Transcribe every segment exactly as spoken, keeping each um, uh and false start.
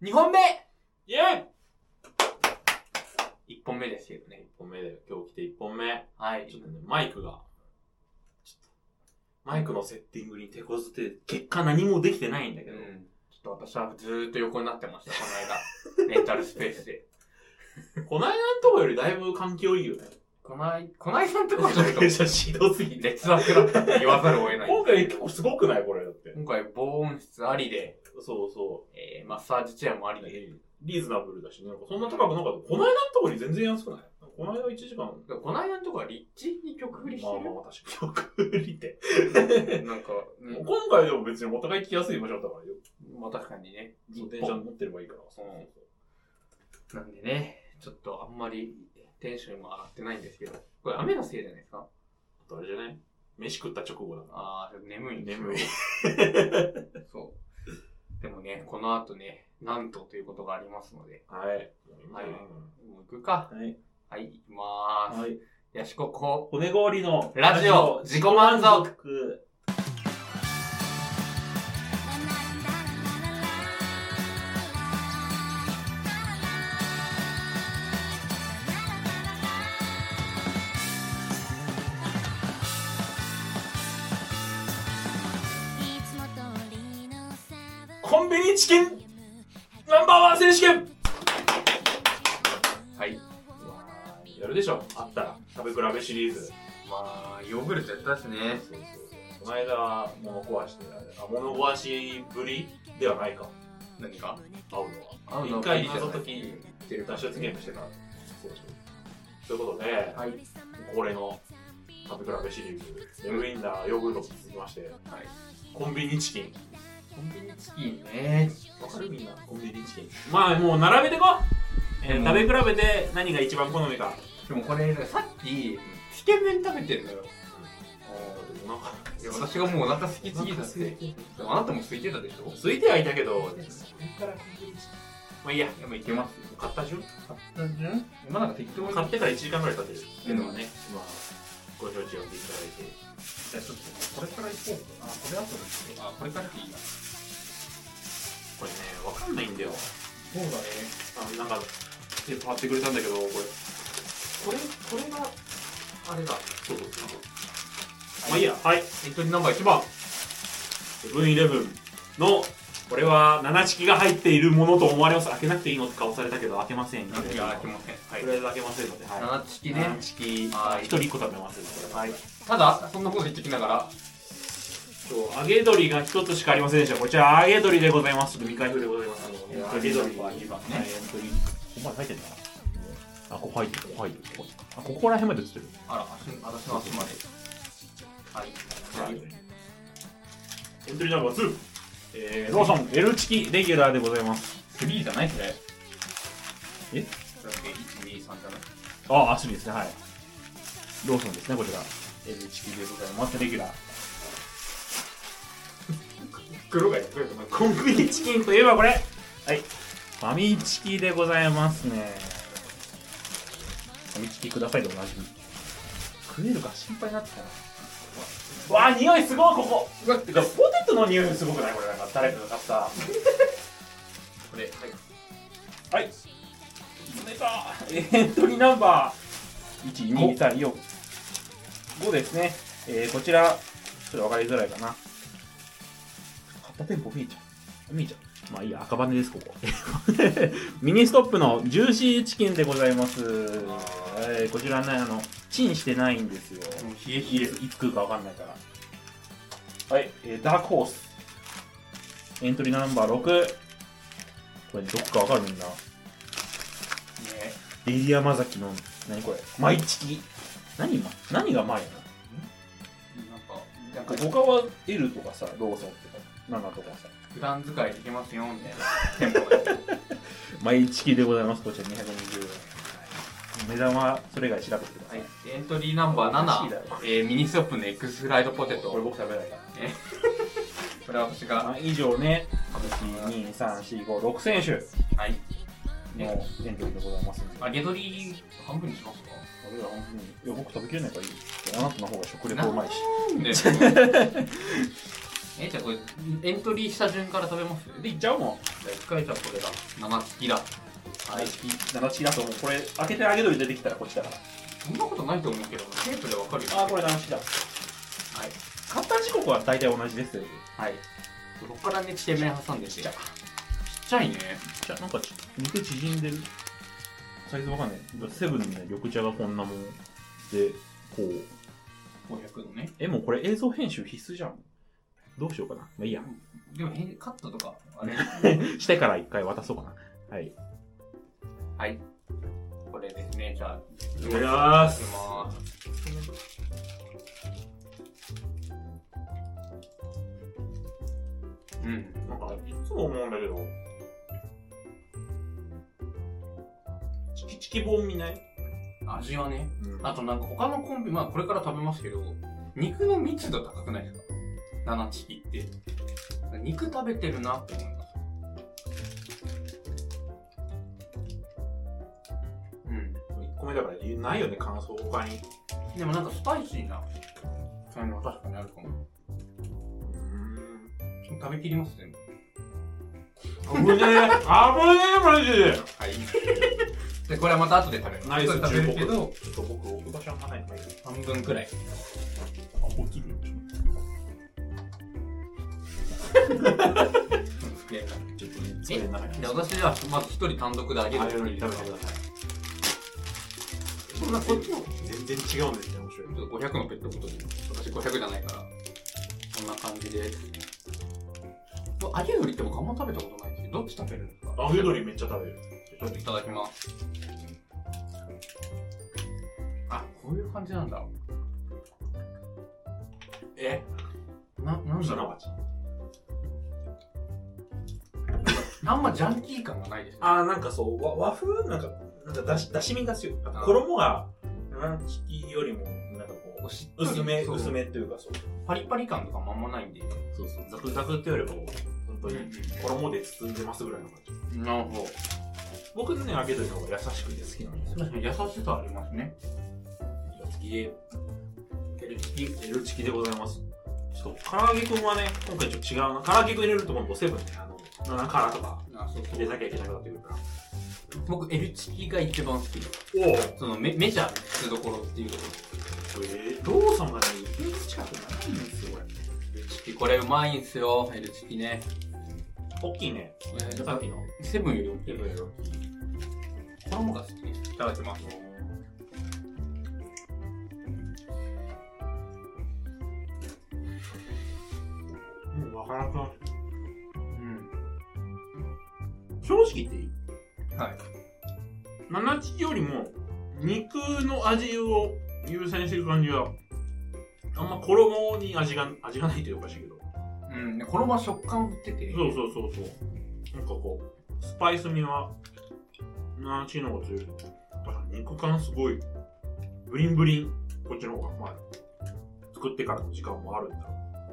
にほんめイェイいっぽんめですけどね。 いっぽんめだよ。今日来ていっぽんめ。 はい。 ちょっとね、マイクが、ちょっと、マイクのセッティングに手こずって、結果何もできてないんだけど。うん、 ちょっと私はずーっと横になってました、この間。レンタルスペースで。 こないだのとこよりだいぶ環境いいよね。 こない、こないだのとこはちょっと、 ひどすぎて。 劣悪だったって言わざるを得ない。 今回結構すごくないこれだって。 今回防音室ありで、 そうそう。 えー、マッサージチェアもありで。 リーズナブルだし、なんかそんな高くなかった。この間のところに全然安くない？この間いちじかん。 この間のところは立地に曲振りしてる。 まあまあ確かに。曲振りって。 なんか、 うん、今回でも別にお互い来やすい場所だからよ。 まあ確かにね。 電車持ってればいいから。 そうそうそう。なんでね、ちょっとあんまりテンションも上がってないんですけど。これ雨のせいじゃないですか？ あとあれじゃない？飯食った直後だから。 ああ、眠いんですよ。 眠い。 そう。でもね、この後ね、なんとということがありますので。 はい。 はい。もう行くか。 はい。 はい、行きまーす。はい。ヤシココ。 骨氷のラジオ、自己満足。 コンビニチキンナンバーワン選手権。 はい。 やるでしょ、あったら。食べ比べシリーズ。 まあ、ヨーグルトやったしね。 そうそうそう。この間、物壊して、あ、物壊しぶりではないか。 何か会うのは。 会うの一回謎解き、脱出ゲームしてた。そうそう。ということで、はい。恒例の食べ比べシリーズ、エムウィンナーヨーグルトに続きまして、はい。コンビニチキン。 コンビニチキンね。 わかるみんな。コンビニチキン。まあもう並べてこえー、食べ比べて何が一番好みか。 でもこれ、さっき、つけ麺食べてるのよ。 あでもなんか、 いや、私がもうお腹空きすぎたって。でもあなたも空いてたでしょ？ 空いてはいたけど、これからコンビニチキン。まあいいや、 でもいけますよ。 買った順買った順今なんか適当に。 買ってからいちじかんぐらい経ってる。っていうのはね、まあ、ご承知をしていただいて。 じゃあちょっと、これから行こうか。あ、これ後ですけど。あ、これからでいいや。 これね、わかんないんだよ。 そうだね。 あの、なんか、テープ貼ってくれたんだけど、これ。これ、これが、あれだ。そうそうそう。まあいいや、はい。エントリーナンバーいちばん。セブンイレブンの、これは、ななチキが入っているものと思われます。開けなくていいのって顔されたけど、開けません。 開けません。はい。 とりあえず開けませんので、はい。 ななチキね。 ななチキ、一人いっこ食べます。 はい。ただ、そんなこと言ってきながら、 揚げ鶏が一つしかありませんでした。こちら揚げ鶏でございます。ちょっと未開封でございます。 揚げ鶏はにばんね。 はい、エントリー。ここまで入ってんだな。あ、ここ入ってる、ここ入ってる。あ、ここら辺まで映ってる。 あら、私の足まで。はい。 エントリーナンバーツー。えー、ローソン L チキレギュラーでございます。 スリーじゃないそれ。 え？ いち、に、さんじゃない？ ああ、スリーですね、はい。ローソンですね、こちら。L チキでございます。レギュラー。 黒がコンビニチキンといえばこれ、はい、ファミチキでございますね。ファミチキくださいでおなじみ。食えるか心配になってたな。わあ、匂いすごいここ。うわってかポテトの匂いすごくないこれ。なんか誰かが買ったこれ、 はいはい、冷たエントリーナンバーいち、に、さん、よん、ごですね。えー、こちらちょっと分かりづらいかな。店舗見えちゃう。見えちゃう。まあいいや、赤羽です、ここ。ミニストップのジューシーチキンでございます。えー、こちらね、あの、チンしてないんですよ。冷え冷え、いつ食うかわかんないから。はい、えー、ダークホース。エントリーナンバーろく。これどっかわかるみんな。ねレディアマザキの、何これマイチキ。何今何が前なの？なんか、他は L とかさ、ローソンとか。ななとかさ普段使いできますよみたいな店舗で毎チキでございます。こちらにひゃくにじゅうえん。値段はそれ以外調べてください。 はい、エントリーナンバーなな、えー、ミニストップのエクスフライドポテト。 これ僕食べないからえこれは私が、 まあ、以上ねいち、に、さん、よん、ご、ろく選手はいのエントリーでございますので、 揚げ鶏半分にしますか？ いや本当にいや僕食べきれないからいい。あなたの方が食レポうまいし。 なんでえ、じゃあこれ、エントリーした順から食べますで、いっちゃうもん。 じゃあ一回じゃあこれだ。生チキだ。 はい。七チキだと思う。これ、開けてあげどり出てきたらこっちだから。 そんなことないと思うけど、テープでわかるよ。 あー、これ七チキだ。はい。買った時刻は大体同じですよ。 はい。ここからね、ちてめん挟んでて。ちっちゃいね。 じゃあ、なんかち、肉縮んでる。サイズわかんない。セブンのね、緑茶がこんなもんで、こう。 ごひゃくのね。 え、もうこれ映像編集必須じゃん。どうしようかな。まあいいや。 でも、カットとか、あれしてから一回渡そうかな。はい。 はい。これですね、じゃあ。 いただきまーす。 うん。 なんか、いつも思うんだけど、チキチキボン見ない？ 味はね、 うん、 あとなんか他のコンビ、まあこれから食べますけど、肉の密度高くないですか？七チキって。肉食べてるなって思います。うん。 いっこめだからないよね、感想他に。 でもなんかスパイシーな感じは確かにあるかも。うーん。食べきりますね。 危ねえ危ねえマジで。 はい。で、これはまた後で食べる。 ナイス食べるけど、 ちょっと僕置く場所あんまないから半分くらい。 あ、落ちるよ。ちょっとね、机の中に。 で、私はまず一人単独であげる。 あげるのに食べてください。 そんなこっちも全然違うんですね、面白い。 ちょっとごひゃくのペットボトル。私ごひゃくじゃないから。こんな感じです。揚げ鶏って僕あんま食べたことないんですけど、どっち食べるんですか？ 揚げ鶏めっちゃ食べる。 ちょっといただきます。あ、こういう感じなんだ。えな、なんだろう。あんまジャンキー感がないですね。 あー、なんかそう、和和風なんか、なんかだし、だし身が強い。衣が、ランチキよりも、なんかこう、薄め、薄めっていうかそう。 パリパリ感とかもあんまないんで。 そうそう、ザクザクってよりも、本当に衣で包んでますぐらいの感じ。 なるほど。 僕ね、揚げ鶏の方が優しくて好きなんですよ。 確かに優しさありますね。 家、エルチキ、エルチキでございます。ちょっと、唐揚げくんはね、今回ちょっと違うな。唐揚げくん入れると今度セブンね、あの、七辛とか入れなきゃいけなくなってくるから。 僕、エルチキが一番好き。 おおそのメ、メジャーのつどころっていうところ。えー、ローソンがね、一軒近くないんですよ、これ。 エルチキ、これうまいんすよ、エルチキね。 大きいね。 えー、 さっきの。 セブンより大きい。 セブンより大きい。 衣が好きです。いただきます。 うん、わからなくなる。 うん。 正直言っていい？ はい。 七チキよりも、肉の味を優先してる感じは、あんま衣に味が、味がないというかおかしいけど。 うん、で衣は食感振ってて。 そうそうそうそう。なんかこう、スパイス味は、七チキの方が強い。だから肉感すごい、ブリンブリン、こっちの方が、まあ、作ってからの時間もあるんだろ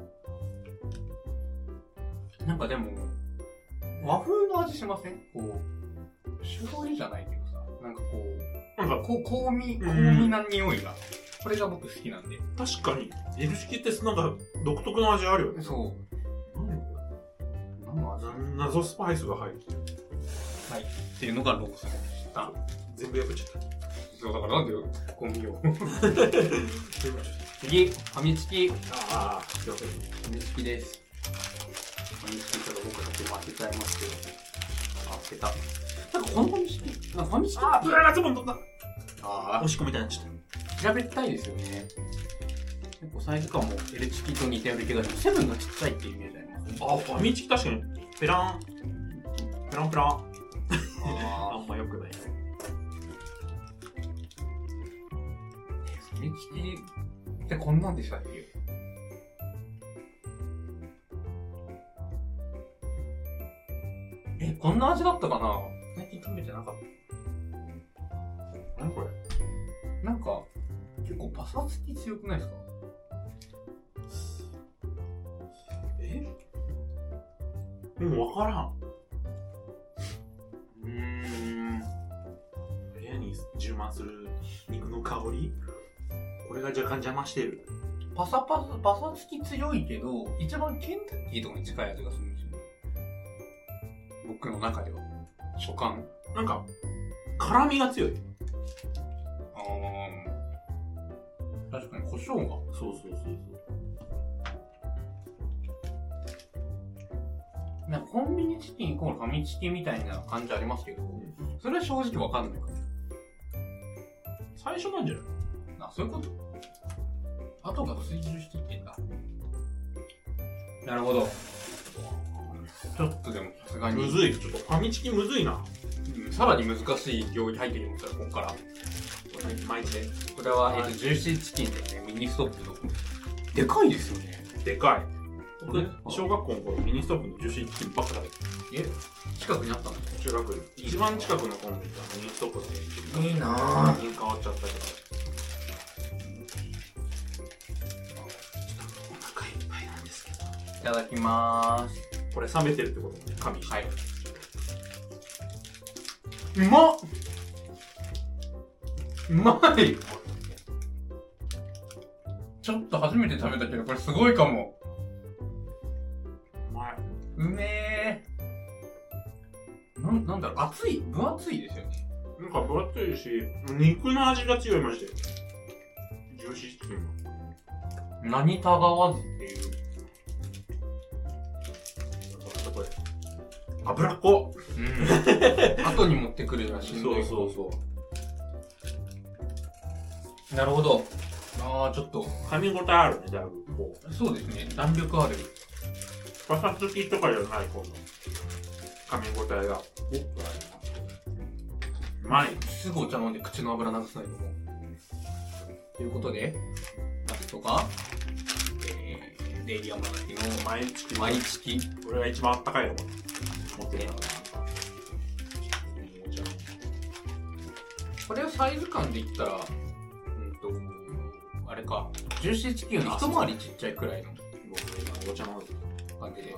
う。なんかでも、和風の味しません？こう、醤油じゃないけどさ、なんかこう、なんかこう、香味、香味な匂いが、これが僕好きなんで。 確かに、エルチキってなんか独特の味あるよね。 そう。何の味？ 謎スパイスが入ってる。 はい。っていうのがローソンでした。 全部破っちゃった。 そう、だからなんでゴミを。次、ファミチキ。 ああ、すいません。 ファミチキです。ファミチキちょっと僕だけも開けちゃいますけど。あ、開けた。なんかこのファミチキ、なんかファミチキああ、プララズボン飛んだ。 ああ。 おしっこみたいになっちゃった。 平べったいですよね。結構サイズ感もエルチキと似たような気がします。セブンがちっちゃいっていうイメージありますね。 あ、ファミチキ確かに、ペラン、ペランペラン。ああんま良くないね。 ファミチキってこんなんでしたっけ？え、こんな味だったかな？最近食べてなかった。 何これ？ なんか、結構パサつき強くないですか？ え？でも分からん。 うーん。 部屋に充満する肉の香り？これが若干邪魔してる。 パサパサ、パサつき強いけど、一番ケンタッキーとかに近い味がするんですよね。僕の中では。食感。 なんか、辛みが強い。 あー。確かに胡椒が。 そうそうそうそう。 なんかコンビニチキンイコールファミチキみたいな感じありますけど、それは正直わかんないから。 最初なんじゃない？ あ、そういうこと？後が追従していってんだ。なるほど。ちょっとでもさすがに。 むずい。ちょっとファミチキむずいな。 うん、さらに難しい領域入ってきますよ、ここから。 毎日で。 これは、えっと、ジューシーチキンですね、ミニストップの。でかいですよね。 でかい。僕、小学校の頃ミニストップのジューシーチキンばっか食べてえ近くにあったの？ 中学で。一番近くのコンビニがミニストップで。 いいなぁ。 変わっちゃったけど。お腹いっぱいなんですけど。 いただきまーす。 これ冷めてるってことね、紙して。 はい。うまっうまいちょっと初めて食べたけど、これすごいかも。 うまい。 うめー。なん、なんだろう、厚い分厚いですよね。 なんか分厚いし、肉の味が強いまして。ジューシーチキンは。 何たがわずっていう。 これ。脂っこ。 うん。後に持ってくるのはしんどい。 そうそうそう。 なるほど。あー、ちょっと。 噛み応えあるね、だいぶ。こう。そうですね。弾力ある。 パサつきとかじゃない、この。噛み応えが。うまい。 すぐお茶飲んで口の油流さないと思う。ということで、ラストが、えー、デイリーアマガキのマイチキ。 マイチキ。 これが一番あったかいのかな。持ってるのかな。 これをサイズ感で言ったら、うんと、あれか、ジューシーチキンの一回りちっちゃいくらいのお茶の感じです。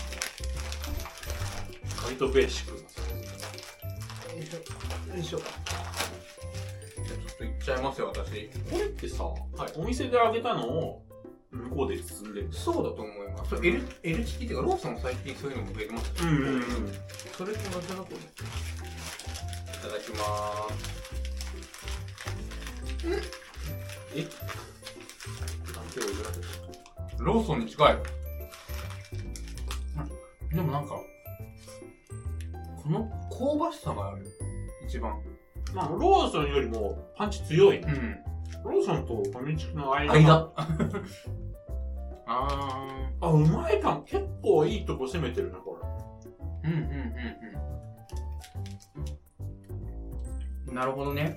割とベーシックな。 よいしょ。よいしょ。じゃあちょっといっちゃいますよ、私。 これってさ、 はい、 お店で揚げたのを向こうで包んでる。 そうだと思います。それ L, L チキっていうか、ローソン最近そういうのも増えてますよね。 うんうんうん。 それと同じだと思う。いただきまーす。 えローソンに近い。でもなんか、この香ばしさがある。一番。 まあ、ローソンよりもパンチ強いね。 うん。 ローソンとファミチキの間。 間。あー。あ、うまい感。結構いいとこ攻めてるな、これ。うんうんうんうん。なるほどね。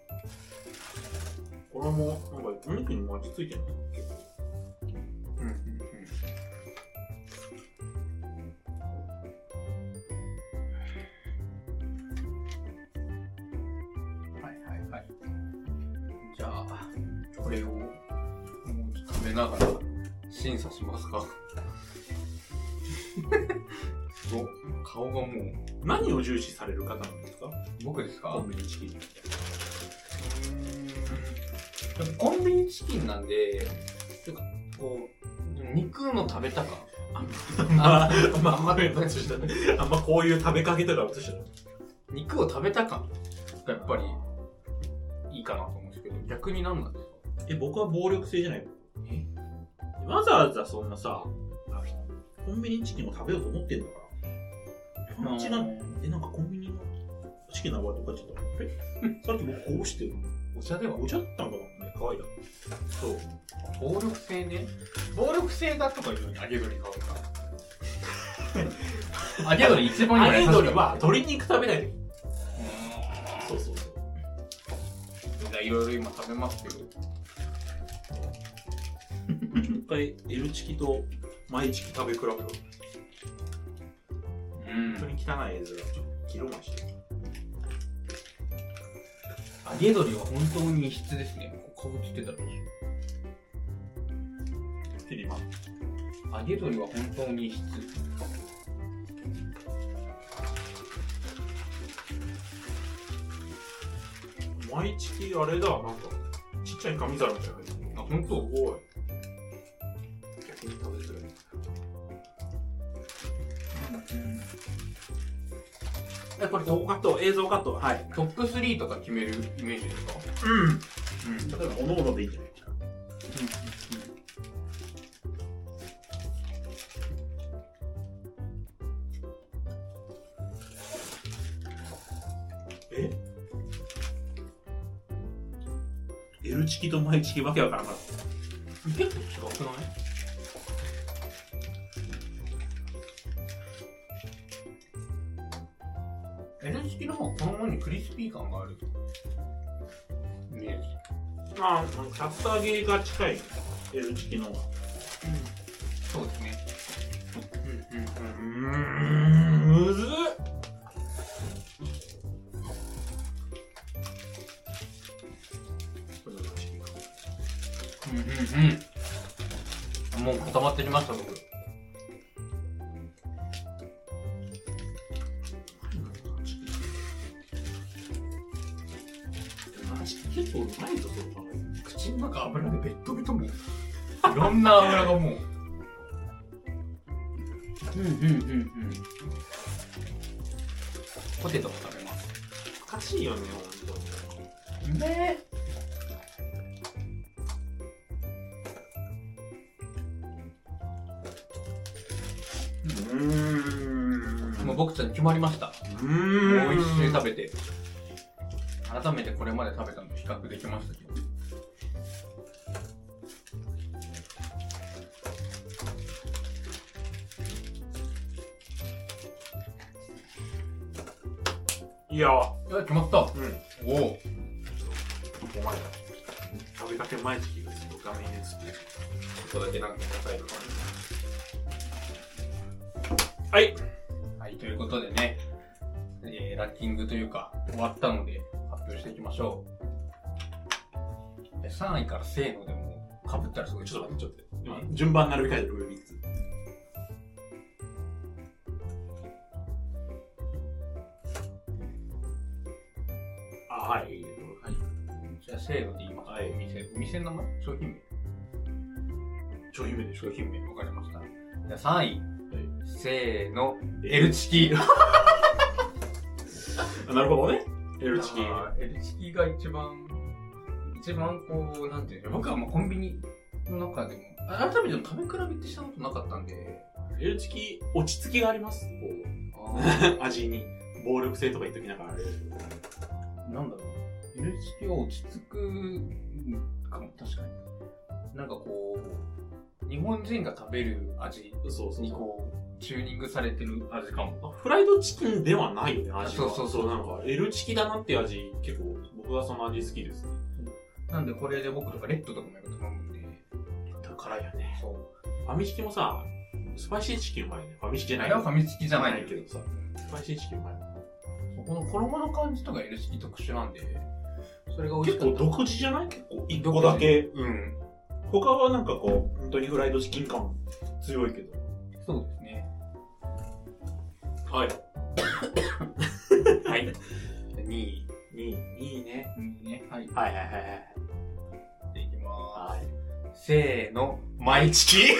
これも、なんか、お肉にも味付いてるんだっけ？ うんうんうん。はいはいはい。じゃあ、これを、もうちょっと食べながら審査しますか。お、顔がもう。 何を重視される方なんですか？ 僕ですか？ コンビニチキン。 コンビニチキンなんで、こう、肉の食べた感。 あんま、あんま、あんま、あんまこういう食べかけとか映してない。 肉を食べた感がやっぱりいいかなと思うんですけど、逆に何なんですか？ え、僕は暴力性じゃない。え？わざわざそんなさ、コンビニチキンを食べようと思ってんだから。パンチが、え、なんかコンビニのチキンの泡とかちょっと、えさっき僕こうしてる。 お茶ではお茶だったんかなね、可愛いだ。 そう。暴力性ね。暴力性だとかいうのに揚げ鶏買うか。揚げ鶏一番揚げ鶏は鶏肉食べないとき。そうそうそう。 いろいろ今食べますけど。 一回 L チキとマイチキ食べ比べろ。 うん。 本当に汚い絵面をちょっと切ろましてる。 揚げ鶏は本当に異質ですね。顔つってたらどうしよう。テリマ。 揚げ鶏は本当に異質。 毎月あれだ、なんかちっちゃい紙皿みたいな。 あ、本当？すごい。 え、これ、動画カット、映像カット、はい。 トップスリーとか決めるイメージですか？ うん。うん。例えば、おのおのでいいんじゃないですか。うん。え ?L チキとマイチキわけわからなかった。 結構違くない？L チキの方がこのままにクリスピー感があるイメージ。 まあ、キャスターゲーが近い L チキの方が。うん。 そうですね。 うんうんうん。うーん、むずっ。うんうんうん。もう固まってきました僕。 結構うまいぞ、それは。 口の中油でベッドベトもいろんな油がもう。うんうんうんうん。ポテトも食べます。 おかしいよね、ほんと。 ねえ。うーん。もう僕ちゃん決まりました。 うーん。 もう一周食べて。改めてこれまで食べたのと比較できましたけど。 いやいや決まった。うん。おお。お前食べかけ前チキがちょっと画面に映ってる。 ちょっとだけなんかください。 はい。 はい、ということでね、えー、ランキングというか終わったので発表していきましょう。さんいからせーのでもかぶったらすごい。 ちょっと待って、ちょっと待って。順番並び替えてる上みっつ。あ、はい。はい。 じゃあせーので言います。はい。お店、お店の名前？商品名？ 商品名で商品名。わかりました。じゃあさんい。はい、せーの。L チキ。 なるほどね。L チキ。 L チキが一番、一番こう、なんていうの、僕はもうコンビニの中でも、改めても食べ比べってしたことなかったんで、 L チキ、落ち着きがあります。こう、味に。暴力性とか言っときながらあれ。 なんだろう。L チキは落ち着くかも、確かに。なんかこう、日本人が食べる味にこう、チューニングされてる味かも。 フライドチキンではないよね、味は。そうそうそう。 なんか、L チキだなって味、結構、僕はその味好きですね。 なんでこれで僕とかレッドとかもやると思うんで。 だからよね。 そう。 ファミチキもさ、スパイシーチキンうまいね。ファミチキじゃない。 あれはファミチキじゃないけどさ、スパイシーチキンうまい。 この衣の感じとか L チキ特殊なんで、それが美味しかった。結構独自じゃない？結構一個だけ。 うん。 他はなんかこう、本当にフライドチキン感強いけど。 そうですね。 はい。 はい。にい。 にい。にいね。 にいね。はい。 はいはいはいはい。 でいきまーす。 はい。 せーの、マイチキ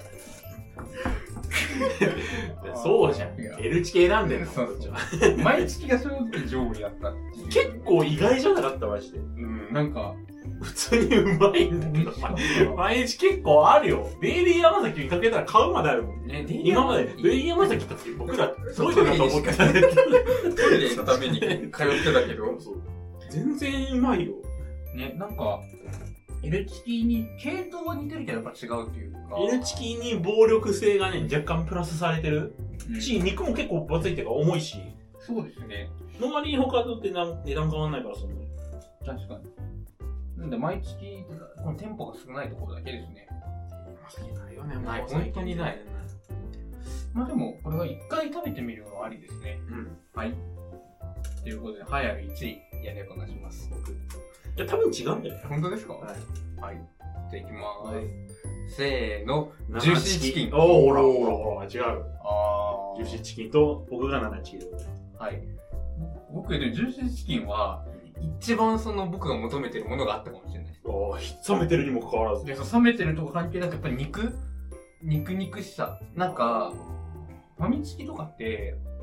そうじゃん。L チキ選んでるの。 そうそう。マイチキが正直上位だったっていう。 結構意外じゃなかった、マジで。 うん、なんか、 普通にうまいんだけど、毎日結構あるよ。デイリー山崎見かけたら買うまであるもんね。今までデイリー山崎って時僕らトイレだと思ってたね。 トイレのために通ってたけど。 全然うまいよ。 ね、なんか、L チキに、系統は似てるけどやっぱ違うっていうか。 L チキに暴力性がね、若干プラスされてる。うん、し、肉も結構分厚いっていうか重いし。 そうですね。 の割に他とって値段変わんないから、そんなに。 確かに。なんで、毎月、この店舗が少ないところだけですね。 ないよね、 ない。本当にない。まあでも、これは一回食べてみるのはありですね。 うん。 はい。ということで、栄えあるいちい、やりお願いします。僕。いや、多分違うんだよね。 本当ですか？ はい。 はい。じゃあいきまーす。せーの、ジューシーチキン。 おー、ほらほらほら、違う。 あー。 ジューシーチキンと、僕がななチキンでございます。 はい。僕でジューシーチキンは、一番その僕が求めてるものがあったかもしれない。 ああ、冷めてるにもかかわらず。 で、そう冷めてるとこ関係なくやっぱり肉肉肉しさ。なんか、ファミチキとかって、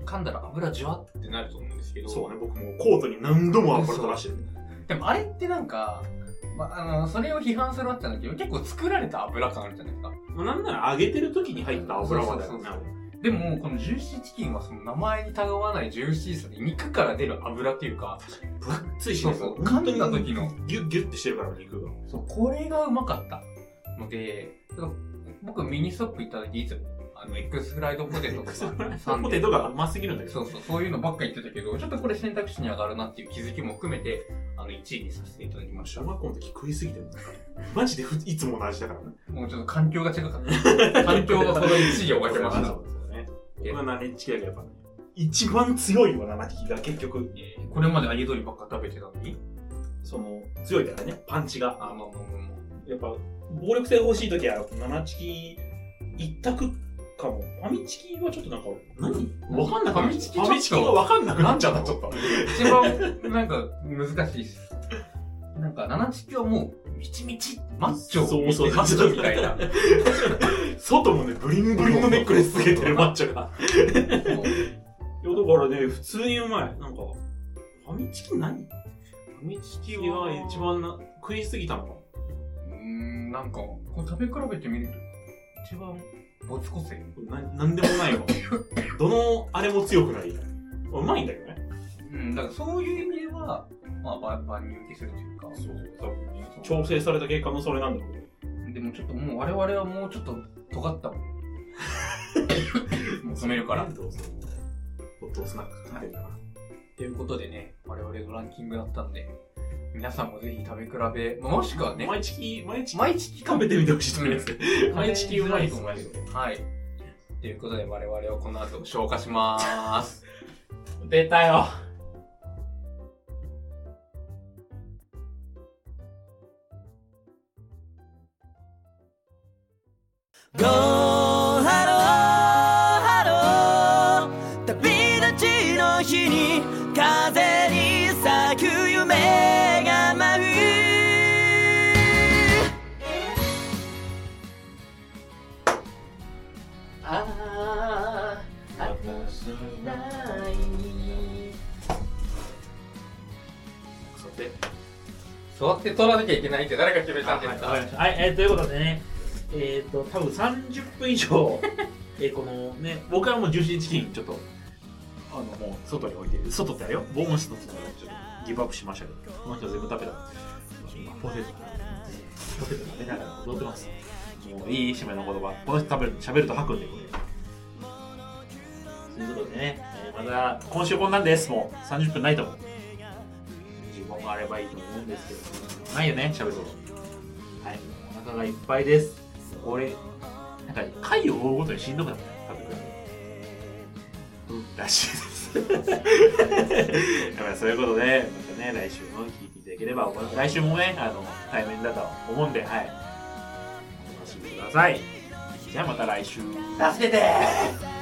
噛んだら油じゅわってなると思うんですけど。 そうね、僕もコートに何度も油垂らしてる。 でもあれってなんか、まあ、あの、それを批判するわけじゃないけど、結構作られた油感あるじゃないですか。 まあ、なんなら揚げてる時に入った油まであるな。 でも、このジューシーチキンはその名前にたがわないジューシーさで肉から出る油っていうか、 分厚いしね、 そうそう噛んだ時のギュッギュッてしてるから肉が。 そう、これがうまかったので、僕ミニストップ行った時いつも、あの、エクスフライドポテトとか、 サンポテトがうますぎるんだけど。 そうそう、そういうのばっか言ってたけど、ちょっとこれ選択肢に上がるなっていう気づきも含めて、あの、いちいにさせていただきました。 小学校の時食いすぎてるんだから。マジでふいつもの味だからね。 もうちょっと環境が違かった。環境がそのいちいを分けました。 そうですよね。僕はナレッチキだけどやっぱね、一番強いわ、ナレッチキが結局。 えー、これまで揚げ鶏ばっか食べてたのにその、強いからね、パンチが。 あ、まあまあまあまあ。 やっぱ、暴力性欲しい時は、ナナチキ一択かも。ファミチキはちょっとなんか、何わかんなくなっちゃった。ファミチキファミチキがわかんなくなっちゃった、ちょっと。 一番、なんか、難しいです。なんか、ナナチキはもう、みちみち、マッチョ、 そうそう、 マッチョみたいな。 外もね、ブリンブリンのネックレスつけてるマッチョが。いや、だからね、普通にうまい。なんか、ファミチキ何ファミチキは一番な、食いすぎたのか。 うーん、なんか、これ食べ比べてみると、一番、没個性な、なんでもないわ。どの、あれも強くない。うまいんだよね。 うん、だからそういう意味では、まあ、万万人受けするというか。 そうそう、多分ね。調整された結果のそれなんだろうね。 でもちょっともう我々はもうちょっと尖ったもん。求めるから。 どうぞ。ホットスナック食ってんだな。 ということでね、我々のランキングだったんで、皆さんもぜひ食べ比べ、もしくはね、 毎月、毎月、 毎月食べてみてほしいと思います。毎月うまいと思います。はい。ということで我々はこの後消化しまーす。 出たよ。 ゴーハローハロー旅立ちの日に風に咲く夢が舞うああ果てしない座って。 座って取らなきゃいけないって誰が決めたんですか？ はい、はい、えー、ということでね、えっ、ー、と、多分さんじゅっぷん以上、えー、このね、僕はもうジューシーチキン、ちょっと、あの、もう、外に置いてる。外ってあれよ、防音室の外でちょっとギブアップしましたけど、この人全部食べた。今、ポテト、ポテト食べながら踊ってます。もう、いい締めの言葉。この人食べる、喋ると吐くんで、これ。ということでね、えー、また、今週こんなんです。もう、さんじゅっぷんないと思う。じゅっぽんがあればいいと思うんですけど、ないよね、喋ること。はい、お腹がいっぱいです。俺、なんか、回を追うごとにしんどくなったね、食べる。うん、らしいです。だからそういうことで、またね、来週も聞いていただければ、来週もね、あの、対面だと思うんで、はい。お楽しみください。じゃあまた来週。 助けてー